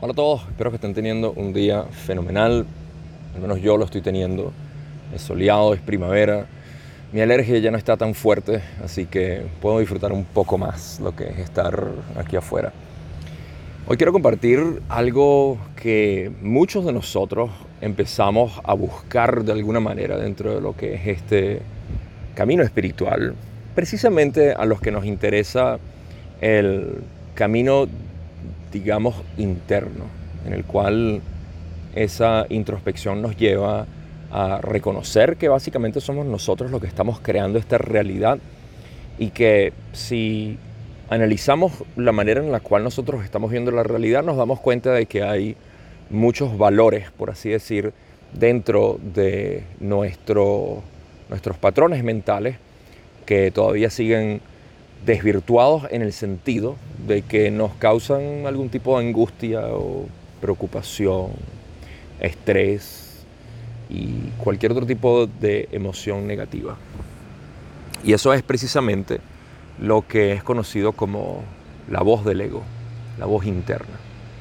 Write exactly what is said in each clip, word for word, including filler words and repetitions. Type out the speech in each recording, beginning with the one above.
Hola a todos, espero que estén teniendo un día fenomenal. Al menos yo lo estoy teniendo. Es soleado, es primavera. Mi alergia ya no está tan fuerte, así que puedo disfrutar un poco más lo que es estar aquí afuera. Hoy quiero compartir algo que muchos de nosotros empezamos a buscar de alguna manera dentro de lo que es este camino espiritual, precisamente a los que nos interesa el camino, digamos, interno, en el cual esa introspección nos lleva a reconocer que básicamente somos nosotros los que estamos creando esta realidad y que si analizamos la manera en la cual nosotros estamos viendo la realidad, nos damos cuenta de que hay muchos valores, por así decir, dentro de nuestro, nuestros patrones mentales que todavía siguen desvirtuados en el sentido de que nos causan algún tipo de angustia o preocupación, estrés y cualquier otro tipo de emoción negativa. Y eso es precisamente lo que es conocido como la voz del ego, la voz interna.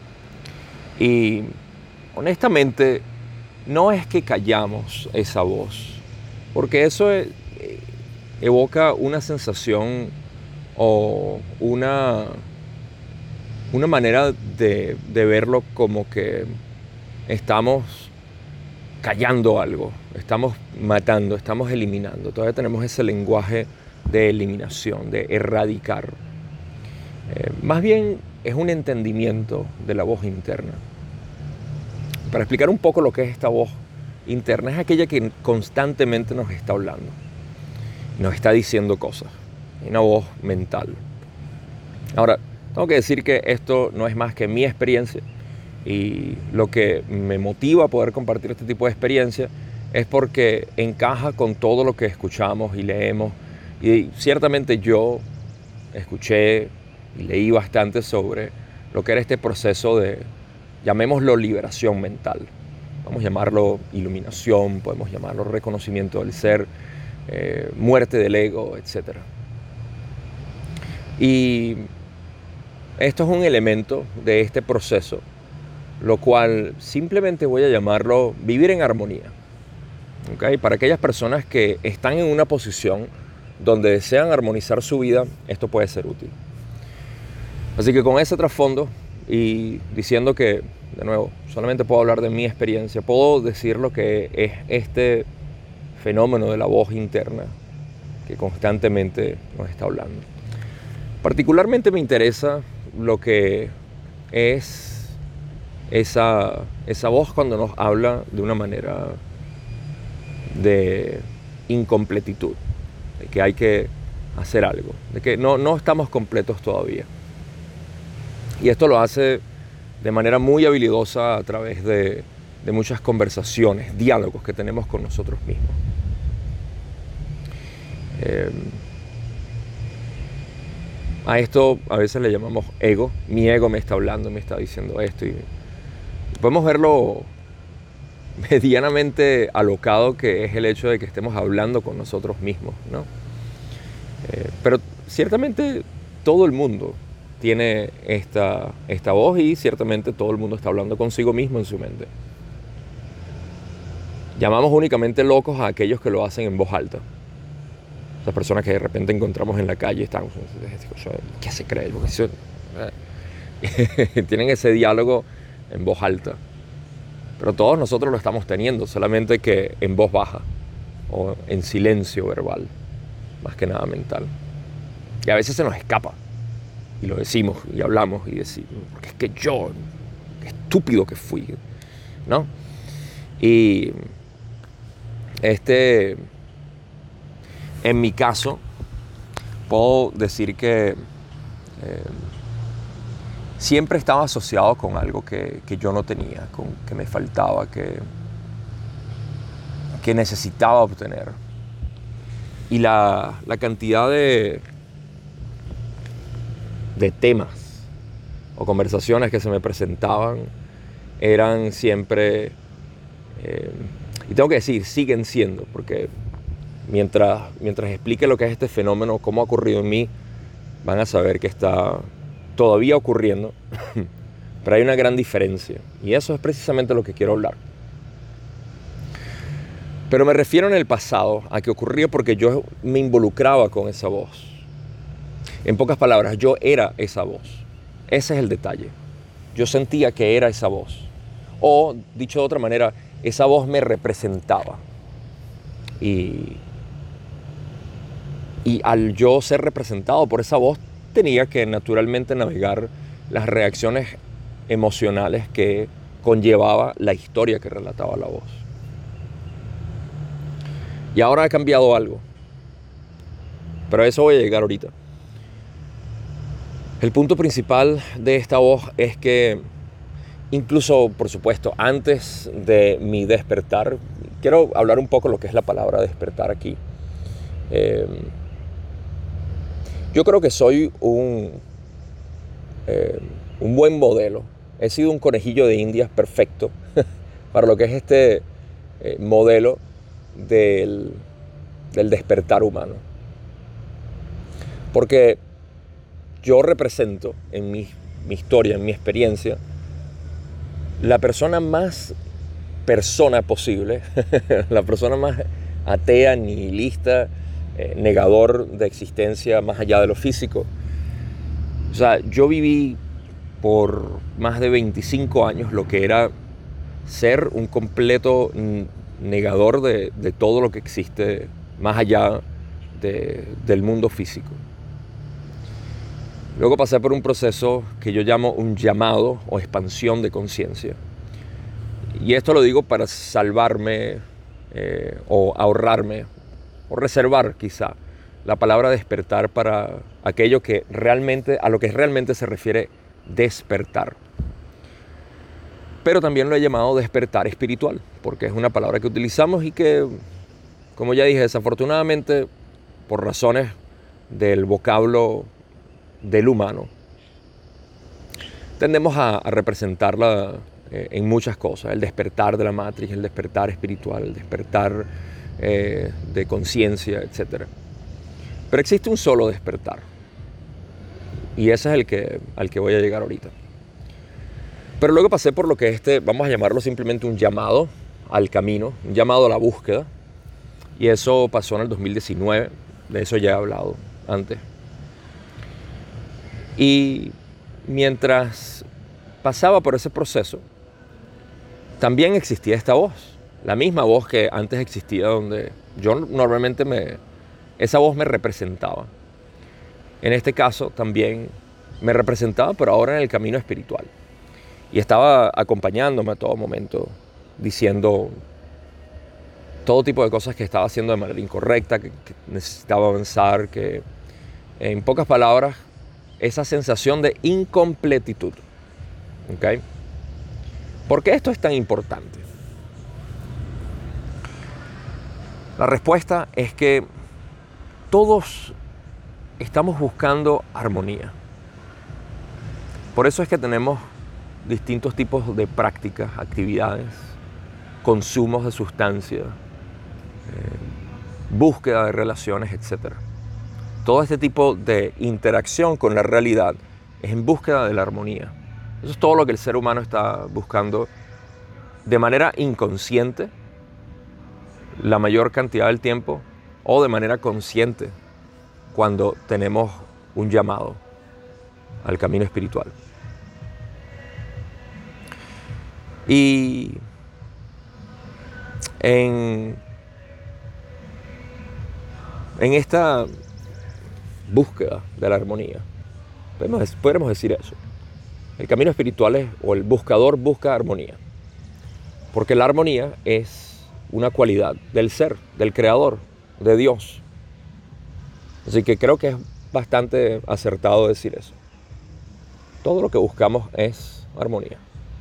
Y honestamente, no es que callamos esa voz, porque eso evoca una sensación o una, una manera de, de verlo como que estamos callando algo, estamos matando, estamos eliminando. Todavía tenemos ese lenguaje de eliminación, de erradicar. Eh, más bien es un entendimiento de la voz interna. Para explicar un poco lo que es esta voz interna, es aquella que constantemente nos está hablando, nos está diciendo cosas. Una voz mental. Ahora, tengo que decir que esto no es más que mi experiencia y lo que me motiva a poder compartir este tipo de experiencia es porque encaja con todo lo que escuchamos y leemos, y ciertamente yo escuché y leí bastante sobre lo que era este proceso de, llamémoslo, liberación mental. Vamos a llamarlo iluminación, podemos llamarlo reconocimiento del ser, eh, muerte del ego, etcétera. Y esto es un elemento de este proceso, lo cual simplemente voy a llamarlo vivir en armonía. ¿Okay? Para aquellas personas que están en una posición donde desean armonizar su vida, esto puede ser útil. Así que con ese trasfondo y diciendo que, de nuevo, solamente puedo hablar de mi experiencia, puedo decir lo que es este fenómeno de la voz interna que constantemente nos está hablando. Particularmente me interesa lo que es esa, esa voz cuando nos habla de una manera de incompletitud, de que hay que hacer algo, de que no, no estamos completos todavía. Y esto lo hace de manera muy habilidosa a través de, de muchas conversaciones, diálogos que tenemos con nosotros mismos. Eh, A esto a veces le llamamos ego. Mi ego me está hablando, me está diciendo esto. Y podemos verlo medianamente alocado, que es el hecho de que estemos hablando con nosotros mismos, ¿no? Eh, pero ciertamente todo el mundo tiene esta, esta voz y ciertamente todo el mundo está hablando consigo mismo en su mente. Llamamos únicamente locos a aquellos que lo hacen en voz alta. Esas personas que de repente encontramos en la calle están, ¿qué se cree? Porque eso, eh, tienen ese diálogo en voz alta. Pero todos nosotros lo estamos teniendo, solamente que en voz baja o en silencio verbal, más que nada mental. Y a veces se nos escapa y lo decimos y hablamos y decimos, porque es que yo, qué estúpido que fui, ¿no? Y este... En mi caso, puedo decir que eh, siempre estaba asociado con algo que, que yo no tenía, con, que me faltaba, que, que necesitaba obtener. Y la, la cantidad de, de temas o conversaciones que se me presentaban eran siempre, eh, y tengo que decir, siguen siendo, porque Mientras, mientras explique lo que es este fenómeno, cómo ha ocurrido en mí, van a saber que está todavía ocurriendo, Pero hay una gran diferencia, y eso es precisamente lo que quiero hablar. Pero me refiero en el pasado a que ocurría porque yo me involucraba con esa voz. En pocas palabras, yo era esa voz. Ese es el detalle. Yo sentía que era esa voz. O, dicho de otra manera, esa voz me representaba. Y, y al yo ser representado por esa voz, tenía que naturalmente navegar las reacciones emocionales que conllevaba la historia que relataba la voz. Y ahora ha cambiado algo. Pero a eso voy a llegar ahorita. El punto principal de esta voz es que incluso, por supuesto, antes de mi despertar, quiero hablar un poco de lo que es la palabra despertar aquí. Eh, yo creo que soy un, eh, un buen modelo. He sido un conejillo de indias perfecto para lo que es este eh, modelo del, del despertar humano. Porque yo represento en mi, mi historia, en mi experiencia, la persona más persona posible, la persona más atea, nihilista, eh, negador de existencia más allá de lo físico. O sea, yo viví por más de veinticinco años lo que era ser un completo negador de, de todo lo que existe más allá de, del mundo físico. Luego pasé por un proceso que yo llamo un llamado o expansión de conciencia. Y esto lo digo para salvarme eh, o ahorrarme o reservar quizá la palabra despertar para aquello que realmente, a lo que realmente se refiere despertar. Pero también lo he llamado despertar espiritual, porque es una palabra que utilizamos y que, como ya dije, desafortunadamente, por razones del vocablo del humano, tendemos a, a representarla eh, en muchas cosas. El despertar de la Matrix, el despertar espiritual, el despertar eh, de conciencia, etcétera. Pero existe un solo despertar. Y ese es el que, al que voy a llegar ahorita. Pero luego pasé por lo que este, vamos a llamarlo simplemente un llamado al camino, un llamado a la búsqueda. Y eso pasó en el dos mil diecinueve, de eso ya he hablado antes. Y mientras pasaba por ese proceso, también existía esta voz, la misma voz que antes existía, donde yo normalmente me, esa voz me representaba. En este caso también me representaba, pero ahora en el camino espiritual. Y estaba acompañándome a todo momento, diciendo todo tipo de cosas que estaba haciendo de manera incorrecta, que, que necesitaba avanzar, que en pocas palabras, esa sensación de incompletitud. ¿Okay? ¿Por qué esto es tan importante? La respuesta es que todos estamos buscando armonía. Por eso es que tenemos distintos tipos de prácticas, actividades, consumos de sustancias, eh, búsqueda de relaciones, etcétera. Todo este tipo de interacción con la realidad es en búsqueda de la armonía. Eso es todo lo que el ser humano está buscando de manera inconsciente la mayor cantidad del tiempo o de manera consciente cuando tenemos un llamado al camino espiritual. Y en, en esta búsqueda de la armonía, podemos, podemos decir eso. El camino espiritual es, o el buscador busca armonía. Porque la armonía es una cualidad del ser, del creador, de Dios. Así que creo que es bastante acertado decir eso. Todo lo que buscamos es armonía.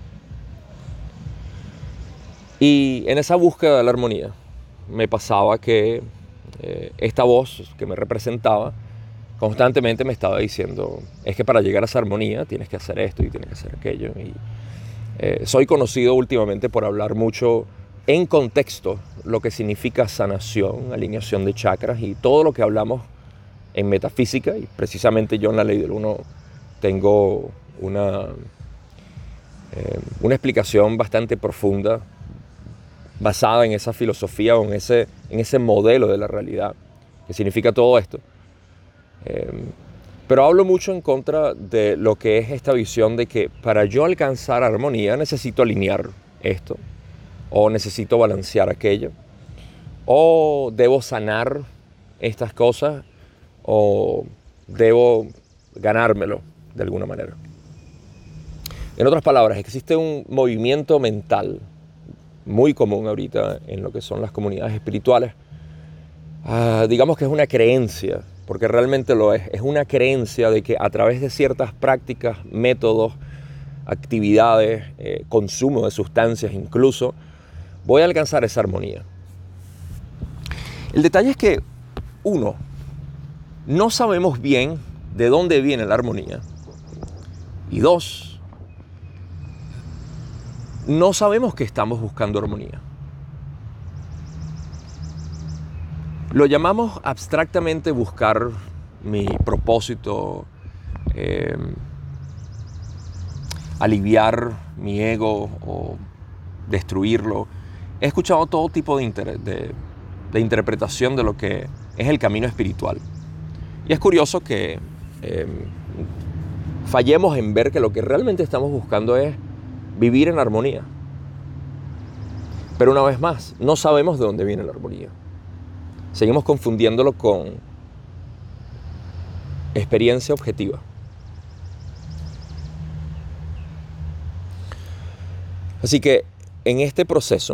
Y en esa búsqueda de la armonía me pasaba que eh, esta voz que me representaba constantemente me estaba diciendo, es que para llegar a esa armonía tienes que hacer esto y tienes que hacer aquello. Y eh, soy conocido últimamente por hablar mucho en contexto lo que significa sanación, alineación de chakras y todo lo que hablamos en metafísica. Y precisamente yo en la Ley del Uno tengo una, eh, una explicación bastante profunda basada en esa filosofía o en ese, en ese modelo de la realidad, que significa todo esto. Eh, pero hablo mucho en contra de lo que es esta visión de que para yo alcanzar armonía necesito alinear esto, o necesito balancear aquello, o debo sanar estas cosas, o debo ganármelo de alguna manera. En otras palabras, existe un movimiento mental muy común ahorita en lo que son las comunidades espirituales. Uh, digamos que es una creencia, porque realmente lo es. Es una creencia de que a través de ciertas prácticas, métodos, actividades, eh, consumo de sustancias incluso, voy a alcanzar esa armonía. El detalle es que, uno, no sabemos bien de dónde viene la armonía. Y dos, no sabemos que estamos buscando armonía. Lo llamamos abstractamente buscar mi propósito, eh, aliviar mi ego o destruirlo. He escuchado todo tipo de, inter- de, de interpretación de lo que es el camino espiritual. Y es curioso que eh, fallemos en ver que lo que realmente estamos buscando es vivir en armonía. Pero una vez más, no sabemos de dónde viene la armonía. Seguimos confundiéndolo con experiencia objetiva. Así que en este proceso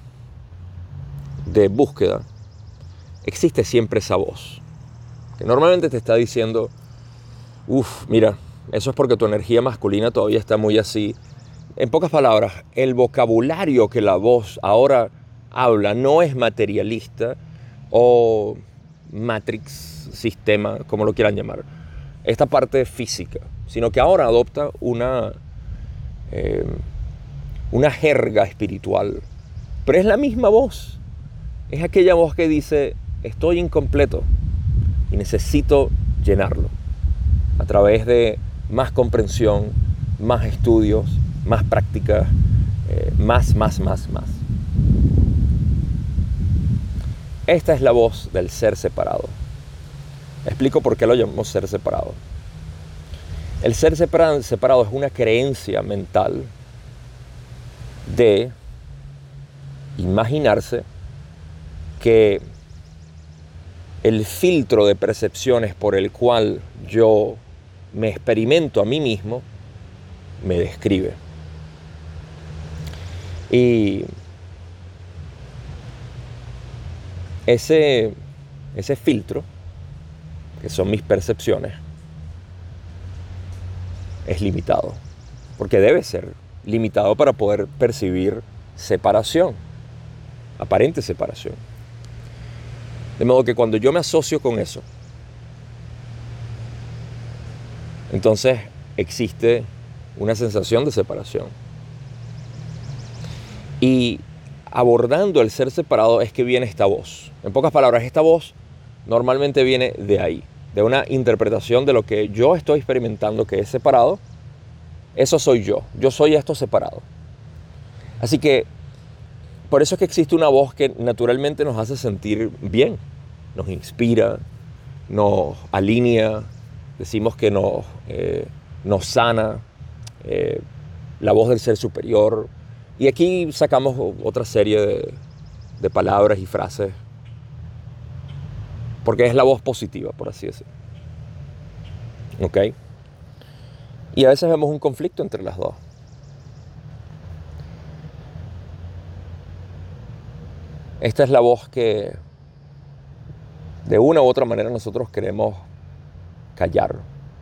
de búsqueda existe siempre esa voz que normalmente te está diciendo, uff, mira, eso es porque tu energía masculina todavía está muy así. En pocas palabras, el vocabulario que la voz ahora habla no es materialista o matrix, sistema, como lo quieran llamar, esta parte física, sino que ahora adopta una, eh, una jerga espiritual. Pero es la misma voz, es aquella voz que dice, estoy incompleto y necesito llenarlo a través de más comprensión, más estudios, más prácticas, eh, más, más, más, más. Esta es la voz del ser separado. Explico por qué lo llamamos ser separado. El ser separado, separado es una creencia mental de imaginarse que el filtro de percepciones por el cual yo me experimento a mí mismo me describe. Y ese, ese filtro, que son mis percepciones, es limitado. Porque debe ser limitado para poder percibir separación, aparente separación. De modo que cuando yo me asocio con eso, entonces existe una sensación de separación. Y abordando el ser separado es que viene esta voz. En pocas palabras, esta voz normalmente viene de ahí, de una interpretación de lo que yo estoy experimentando que es separado. Eso soy yo, yo soy esto separado. Así que por eso es que existe una voz que naturalmente nos hace sentir bien, nos inspira, nos alinea, decimos que nos, eh, nos sana, eh, la voz del ser superior. Y aquí sacamos otra serie de, de palabras y frases, porque es la voz positiva, por así decirlo. ¿Ok? Y a veces vemos un conflicto entre las dos. Esta es la voz que de una u otra manera nosotros queremos callar,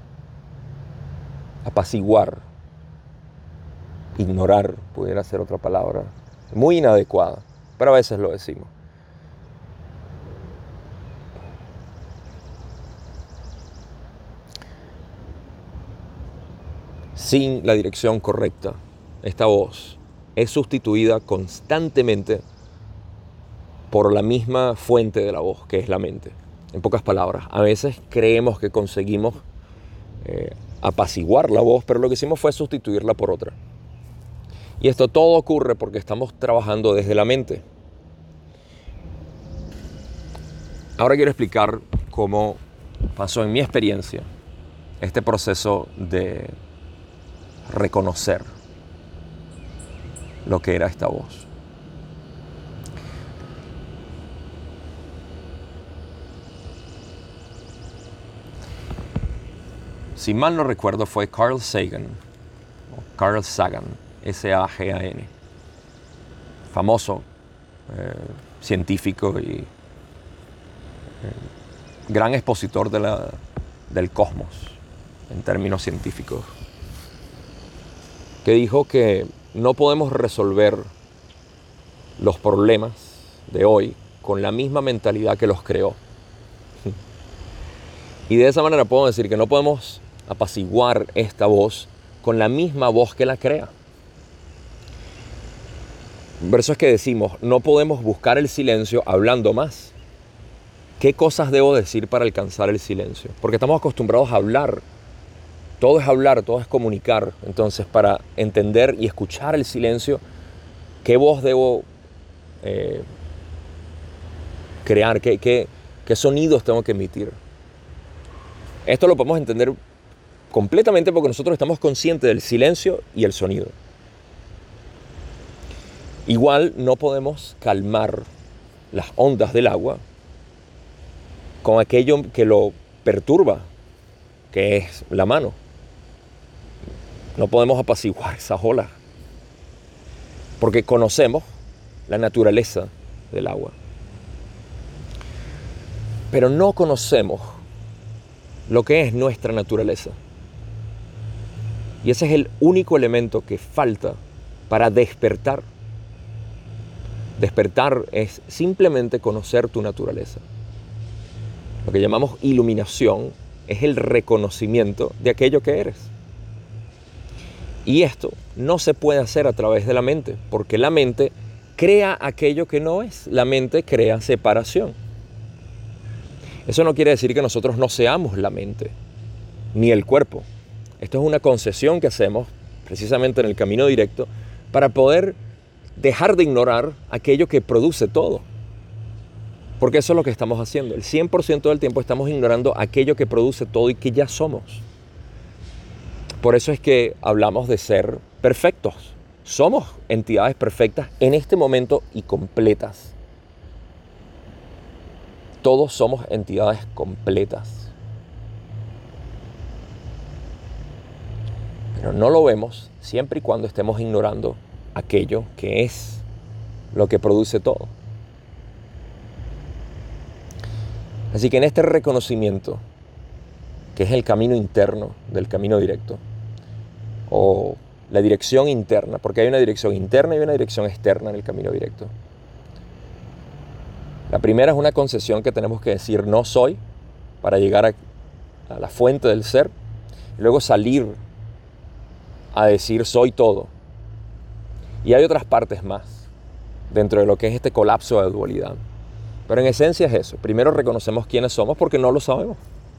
apaciguar, ignorar, pudiera ser otra palabra, muy inadecuada, pero a veces lo decimos. Sin la dirección correcta, esta voz es sustituida constantemente por la misma fuente de la voz, que es la mente. En pocas palabras, a veces creemos que conseguimos eh, apaciguar la voz, pero lo que hicimos fue sustituirla por otra. Y esto todo ocurre porque estamos trabajando desde la mente. Ahora quiero explicar cómo pasó en mi experiencia este proceso de reconocer lo que era esta voz. Si mal no recuerdo, fue Carl Sagan, o Carl Sagan, S A G A N, famoso eh, científico y eh, gran expositor de la, del cosmos en términos científicos, que dijo que no podemos resolver los problemas de hoy con la misma mentalidad que los creó. Y de esa manera puedo decir que no podemos apaciguar esta voz con la misma voz que la crea. Por eso es que decimos, no podemos buscar el silencio hablando más. ¿Qué cosas debo decir para alcanzar el silencio? Porque estamos acostumbrados a hablar. Todo es hablar, todo es comunicar. Entonces, para entender y escuchar el silencio, ¿qué voz debo eh, crear? ¿Qué, qué, ¿Qué sonidos tengo que emitir? Esto lo podemos entender completamente porque nosotros estamos conscientes del silencio y el sonido. Igual no podemos calmar las ondas del agua con aquello que lo perturba, que es la mano. No podemos apaciguar esas olas porque conocemos la naturaleza del agua. Pero no conocemos lo que es nuestra naturaleza. Y ese es el único elemento que falta para despertar. Despertar es simplemente conocer tu naturaleza. Lo que llamamos iluminación es el reconocimiento de aquello que eres. Y esto no se puede hacer a través de la mente, porque la mente crea aquello que no es. La mente crea separación. Eso no quiere decir que nosotros no seamos la mente, ni el cuerpo. Esto es una concesión que hacemos precisamente en el camino directo para poder dejar de ignorar aquello que produce todo. Porque eso es lo que estamos haciendo. El cien por ciento del tiempo estamos ignorando aquello que produce todo y que ya somos. Por eso es que hablamos de ser perfectos. Somos entidades perfectas en este momento y completas. Todos somos entidades completas. Pero no lo vemos siempre y cuando estemos ignorando aquello que es lo que produce todo. Así que en este reconocimiento, que es el camino interno del camino directo, o la dirección interna, porque hay una dirección interna y una dirección externa en el camino directo. La primera es una concesión que tenemos que decir no soy para llegar a, a la fuente del ser, y luego salir a decir soy todo. Y hay otras partes más dentro de lo que es este colapso de dualidad. Pero en esencia es eso. Primero reconocemos quiénes somos porque no lo sabemos.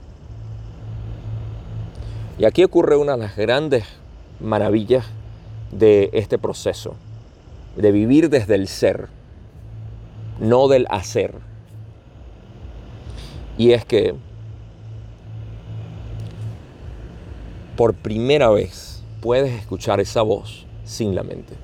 Y aquí ocurre una de las grandes maravillas de este proceso, de vivir desde el ser, no del hacer. Y es que por primera vez puedes escuchar esa voz sin la mente.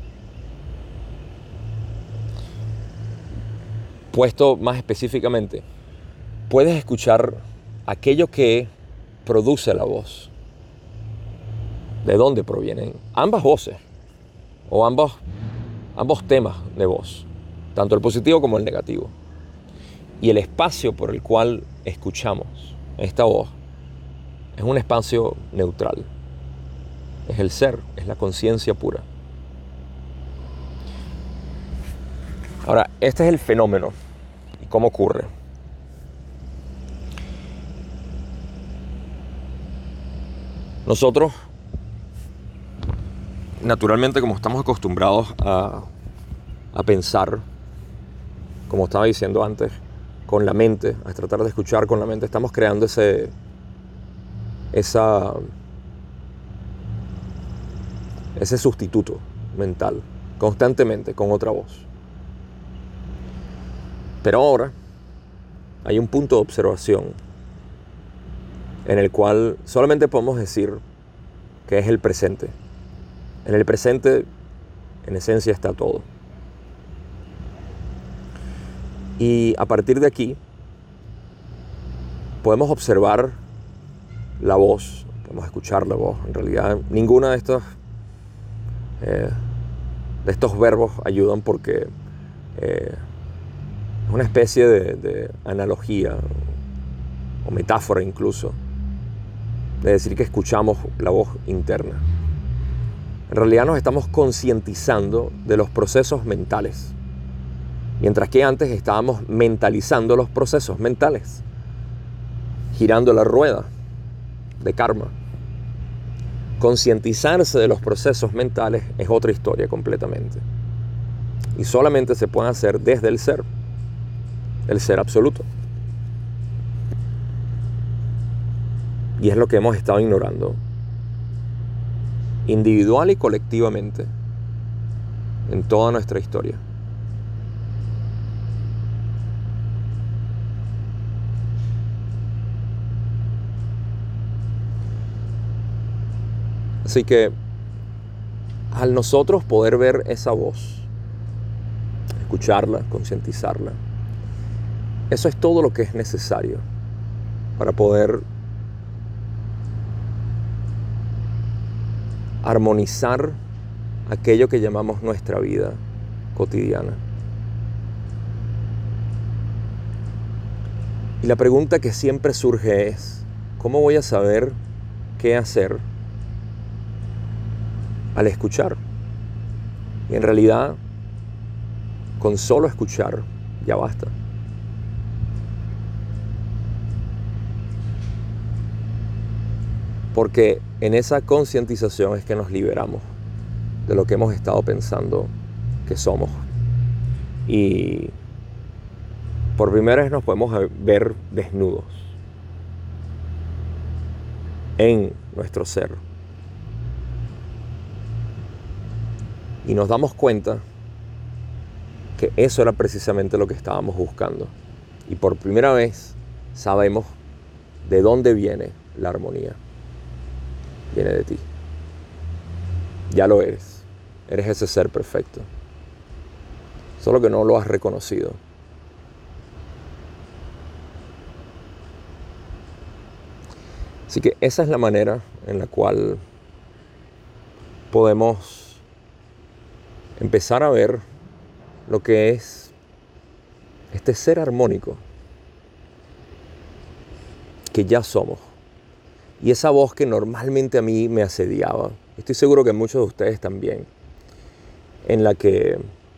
Puesto más específicamente, puedes escuchar aquello que produce la voz. ¿De dónde provienen? Ambas voces o ambos, ambos temas de voz, tanto el positivo como el negativo. Y el espacio por el cual escuchamos esta voz es un espacio neutral. Es el ser, es la conciencia pura. Ahora, este es el fenómeno y cómo ocurre. Nosotros, naturalmente, como estamos acostumbrados a, a pensar, como estaba diciendo antes, con la mente, a tratar de escuchar con la mente, estamos creando ese, esa, ese sustituto mental, constantemente, con otra voz. Pero ahora hay un punto de observación en el cual solamente podemos decir que es el presente. En el presente, en esencia, está todo. Y a partir de aquí, podemos observar la voz, podemos escuchar la voz. En realidad, ninguna de estos, eh, de estos verbos ayudan porque eh, es una especie de, de analogía o metáfora incluso, de decir que escuchamos la voz interna. En realidad nos estamos concientizando de los procesos mentales, mientras que antes estábamos mentalizando los procesos mentales, girando la rueda de karma. Concientizarse de los procesos mentales es otra historia completamente. Y solamente se puede hacer desde el ser, el ser absoluto. Y es lo que hemos estado ignorando, individual y colectivamente, en toda nuestra historia. Así que, al nosotros poder ver esa voz, escucharla, concientizarla, eso es todo lo que es necesario para poder armonizar aquello que llamamos nuestra vida cotidiana. Y la pregunta que siempre surge es, ¿cómo voy a saber qué hacer al escuchar? Y en realidad, con solo escuchar ya basta. Porque en esa concientización es que nos liberamos de lo que hemos estado pensando que somos. Y por primera vez nos podemos ver desnudos en nuestro ser. Y nos damos cuenta que eso era precisamente lo que estábamos buscando. Y por primera vez sabemos de dónde viene la armonía. Viene de ti. Ya lo eres. Eres ese ser perfecto. Solo que no lo has reconocido. Así que esa es la manera en la cual podemos empezar a ver lo que es este ser armónico que ya somos. Y esa voz que normalmente a mí me asediaba, estoy seguro que muchos de ustedes también, en la que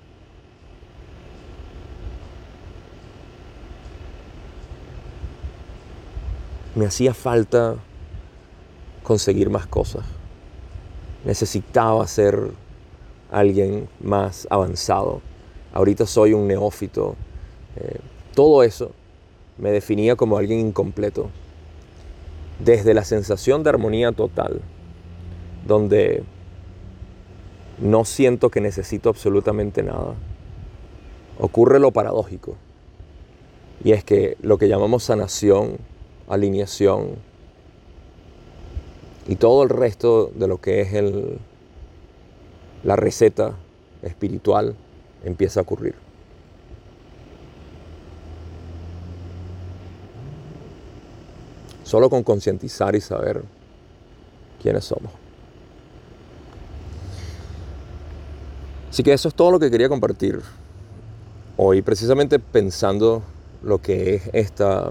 me hacía falta conseguir más cosas. Necesitaba ser alguien más avanzado. Ahorita soy un neófito. Eh, todo eso me definía como alguien incompleto. Desde la sensación de armonía total, donde no siento que necesito absolutamente nada, ocurre lo paradójico. Y es que lo que llamamos sanación, alineación y todo el resto de lo que es el, la receta espiritual empieza a ocurrir. Solo con concientizar y saber quiénes somos. Así que eso es todo lo que quería compartir hoy, precisamente pensando lo que es esta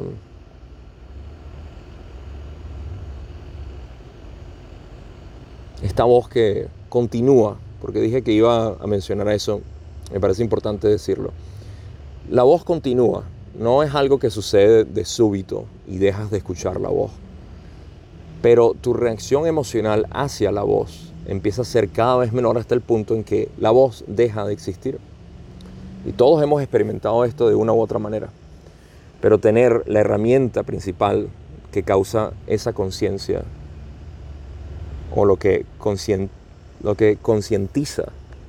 esta voz que continúa, porque dije que iba a mencionar eso, me parece importante decirlo. La voz continúa. No es algo que sucede de súbito y dejas de escuchar la voz. Pero tu reacción emocional hacia la voz empieza a ser cada vez menor hasta el punto en que la voz deja de existir. Y todos hemos experimentado esto de una u otra manera. Pero tener la herramienta principal que causa esa conciencia o lo que conscien- lo que concientiza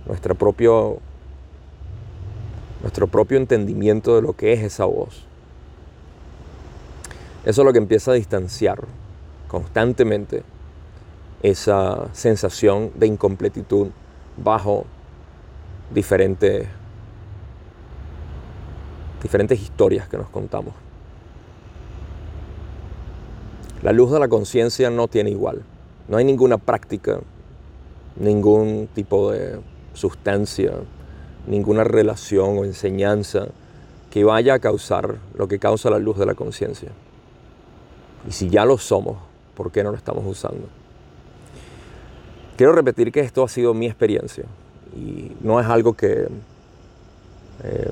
nuestra propio, nuestro propio entendimiento de lo que es esa voz. Eso es lo que empieza a distanciar constantemente esa sensación de incompletitud bajo diferentes, diferentes historias que nos contamos. La luz de la conciencia no tiene igual. No hay ninguna práctica, ningún tipo de sustancia, ninguna relación o enseñanza que vaya a causar lo que causa la luz de la conciencia. Y si ya lo somos, ¿por qué no lo estamos usando? Quiero repetir que esto ha sido mi experiencia y no es algo que, eh,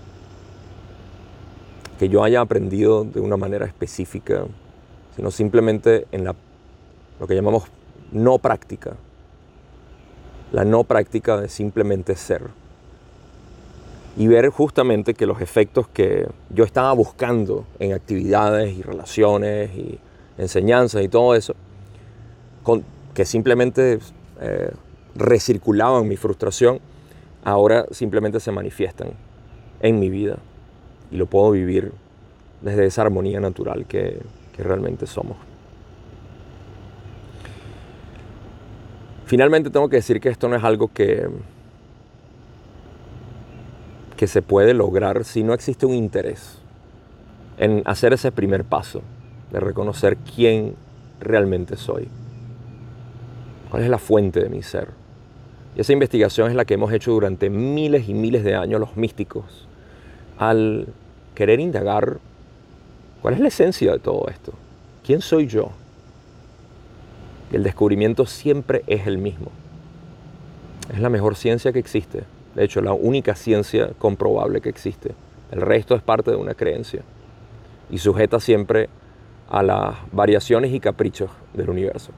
que yo haya aprendido de una manera específica, sino simplemente en la, lo que llamamos no práctica. La no práctica de simplemente ser. Y ver justamente que los efectos que yo estaba buscando en actividades y relaciones y enseñanzas y todo eso, con, que simplemente eh, recirculaban mi frustración, ahora simplemente se manifiestan en mi vida y lo puedo vivir desde esa armonía natural que, que realmente somos. Finalmente tengo que decir que esto no es algo que, que se puede lograr si no existe un interés en hacer ese primer paso de reconocer quién realmente soy. ¿Cuál es la fuente de mi ser? Y esa investigación es la que hemos hecho durante miles y miles de años los místicos, al querer indagar cuál es la esencia de todo esto. ¿Quién soy yo? Y el descubrimiento siempre es el mismo. Es la mejor ciencia que existe. De hecho, la única ciencia comprobable que existe. El resto es parte de una creencia y sujeta siempre a las variaciones y caprichos del universo.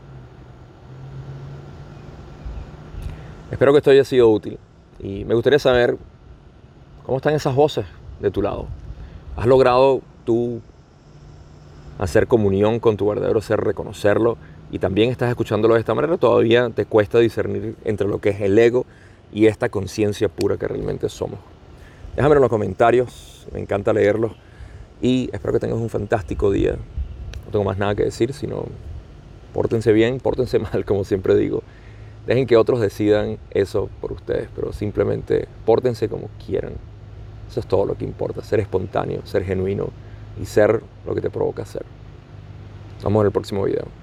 Espero que esto haya sido útil y me gustaría saber cómo están esas voces de tu lado. ¿Has logrado tú hacer comunión con tu verdadero ser, reconocerlo? Y también estás escuchándolo de esta manera, todavía te cuesta discernir entre lo que es el ego y esta conciencia pura que realmente somos. Déjamelo en los comentarios, me encanta leerlos y espero que tengas un fantástico día. No tengo más nada que decir, sino pórtense bien, pórtense mal, como siempre digo. Dejen que otros decidan eso por ustedes, pero simplemente pórtense como quieran. Eso es todo lo que importa, ser espontáneo, ser genuino y ser lo que te provoca ser. Nos vemos en el próximo video.